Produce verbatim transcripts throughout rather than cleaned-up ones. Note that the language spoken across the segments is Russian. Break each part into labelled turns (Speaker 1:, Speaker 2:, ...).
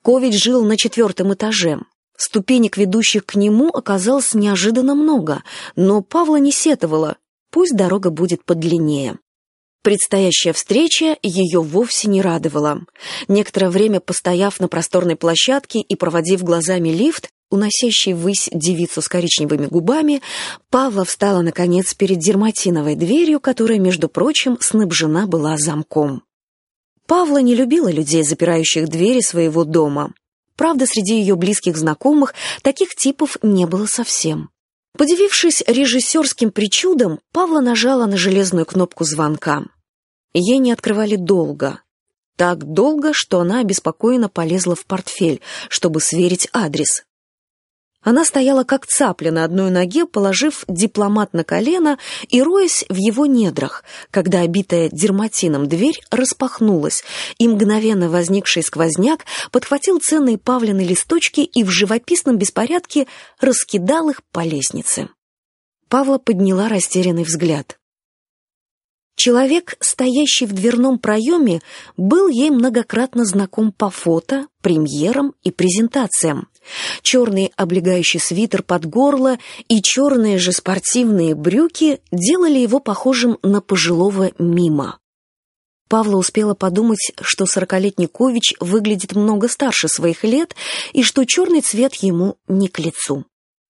Speaker 1: Кович жил на четвертом этаже. Ступенек, ведущих к нему, оказалось неожиданно много, но Павла не сетовала, пусть дорога будет подлиннее. Предстоящая встреча ее вовсе не радовала. Некоторое время постояв на просторной площадке и проводив глазами лифт, уносящий ввысь девицу с коричневыми губами, Павла встала, наконец, перед дерматиновой дверью, которая, между прочим, снабжена была замком. Павла не любила людей, запирающих двери своего дома. Правда, среди ее близких знакомых таких типов не было совсем. Подивившись режиссерским причудам, Павла нажала на железную кнопку звонка. Ей не открывали долго. Так долго, что она обеспокоенно полезла в портфель, чтобы сверить адрес. Она стояла как цапля на одной ноге, положив дипломат на колено и роясь в его недрах, когда обитая дерматином дверь распахнулась, и мгновенно возникший сквозняк подхватил ценные Павлины листочки и в живописном беспорядке раскидал их по лестнице. Павла подняла растерянный взгляд. Человек, стоящий в дверном проеме, был ей многократно знаком по фото, премьерам и презентациям. Черный облегающий свитер под горло и черные же спортивные брюки делали его похожим на пожилого мима. Павла успела подумать, что сорокалетний Кович выглядит много старше своих лет и что черный цвет ему не к лицу.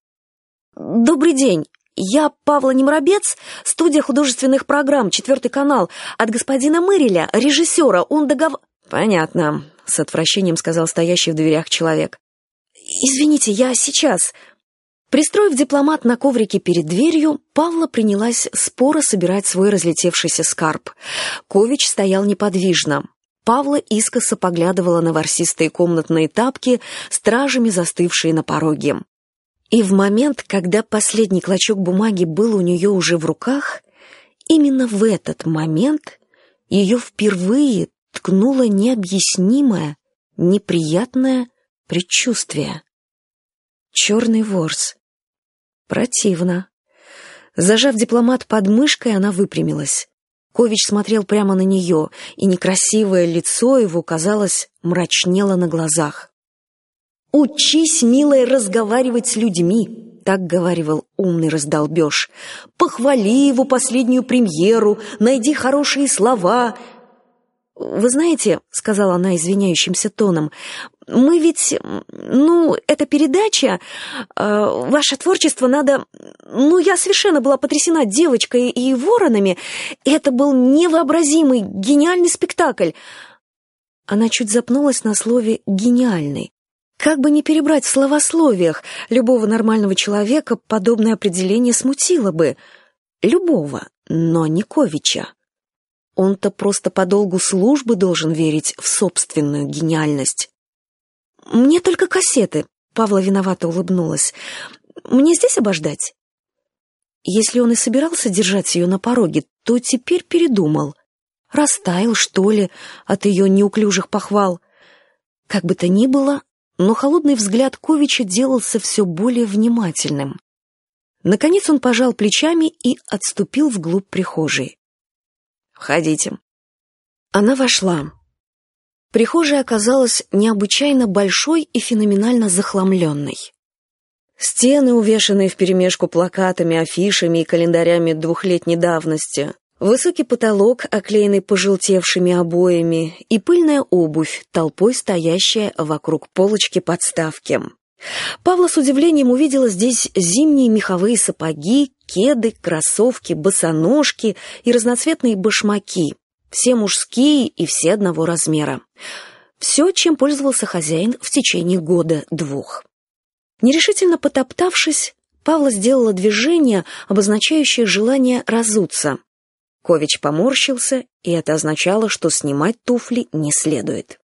Speaker 1: «Добрый день! Я Павла Немробец, студия художественных программ, четвертый канал, от господина Мыреля, режиссера, он догов...» «Понятно», — с отвращением сказал стоящий в дверях человек. «Извините, я сейчас...» Пристроив дипломат на коврике перед дверью, Павла принялась споро собирать свой разлетевшийся скарб. Кович стоял неподвижно. Павла искоса поглядывала на ворсистые комнатные тапки, стражами застывшие на пороге. И в момент, когда последний клочок бумаги был у нее уже в руках, именно в этот момент ее впервые ткнуло необъяснимое, неприятное предчувствие. Черный ворс. Противно. Зажав дипломат под мышкой, она выпрямилась. Кович смотрел прямо на нее, и некрасивое лицо его, казалось, мрачнело на глазах. «Учись, милая, разговаривать с людьми», — так говаривал умный раздолбеж. «Похвали его последнюю премьеру, найди хорошие слова». «Вы знаете, — сказала она извиняющимся тоном, — мы ведь, ну, эта передача, э, ваше творчество надо... Ну, я совершенно была потрясена девочкой и воронами. Это был невообразимый, гениальный спектакль». Она чуть запнулась на слове «гениальный». Как бы ни перебрать в словословиях, любого нормального человека подобное определение смутило бы. Любого, но не Ковича. Он-то просто по долгу службы должен верить в собственную гениальность. «Мне только кассеты», — Павла виновато улыбнулась. «Мне здесь обождать?» Если он и собирался держать ее на пороге, то теперь передумал. Растаял, что ли, от ее неуклюжих похвал. Как бы то ни было, но холодный взгляд Ковича делался все более внимательным. Наконец он пожал плечами и отступил вглубь прихожей. «Входите». Она вошла. Прихожая оказалась необычайно большой и феноменально захламленной. Стены, увешанные вперемешку плакатами, афишами и календарями двухлетней давности, высокий потолок, оклеенный пожелтевшими обоями, и пыльная обувь, толпой стоящая вокруг полочки-подставки. Павла с удивлением увидела здесь зимние меховые сапоги, кеды, кроссовки, босоножки и разноцветные башмаки, все мужские и все одного размера. Все, чем пользовался хозяин в течение года-двух. Нерешительно потоптавшись, Павла сделала движение, обозначающее желание разуться. Кович поморщился, и это означало, что снимать туфли не следует.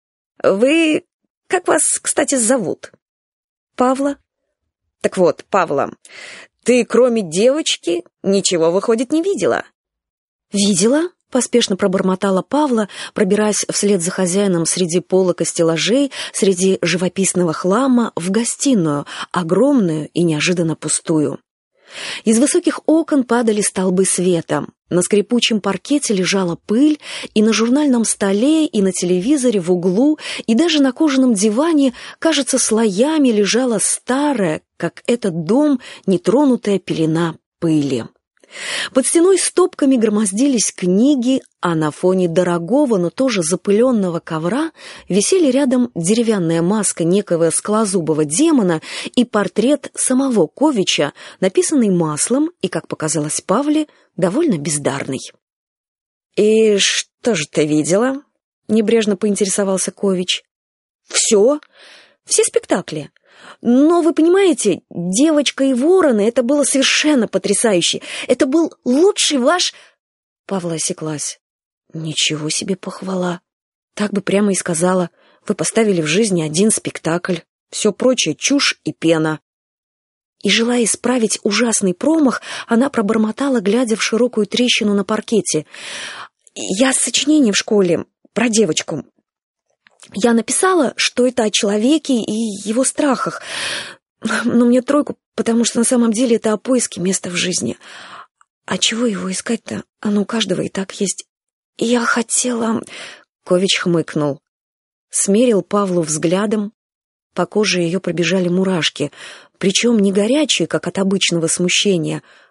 Speaker 1: «Вы... как вас, кстати, зовут?» «Павла». «Так вот, Павла, ты, кроме девочки, ничего, выходит, не видела?» «Видела», — поспешно пробормотала Павла, пробираясь вслед за хозяином среди полок и стеллажей, среди живописного хлама в гостиную, огромную и неожиданно пустую. Из высоких окон падали столбы света. На скрипучем паркете лежала пыль, и на журнальном столе, и на телевизоре в углу, и даже на кожаном диване, кажется, слоями лежала старая, как этот дом, нетронутая пелена пыли. Под стеной стопками громоздились книги, а на фоне дорогого, но тоже запыленного ковра висели рядом деревянная маска некоего скалозубого демона и портрет самого Ковича, написанный маслом и, как показалось Павле, довольно бездарный. «И что же ты видела?» — небрежно поинтересовался Кович. «Все. Все спектакли. Но, вы понимаете, «Девочка и вороны» — это было совершенно потрясающе. Это был лучший ваш...» Павла осеклась. «Ничего себе похвала. Так бы прямо и сказала. Вы поставили в жизни один спектакль. Все прочее — чушь и пена». И, желая исправить ужасный промах, она пробормотала, глядя в широкую трещину на паркете. «Я сочинение в школе про девочку. Я написала, что это о человеке и его страхах. Но мне тройку, потому что на самом деле это о поиске места в жизни. А чего его искать-то? Оно у каждого и так есть. И я хотела...» Кович хмыкнул. Смерил Павлу взглядом. По коже ее пробежали мурашки, причем не горячие, как от обычного смущения,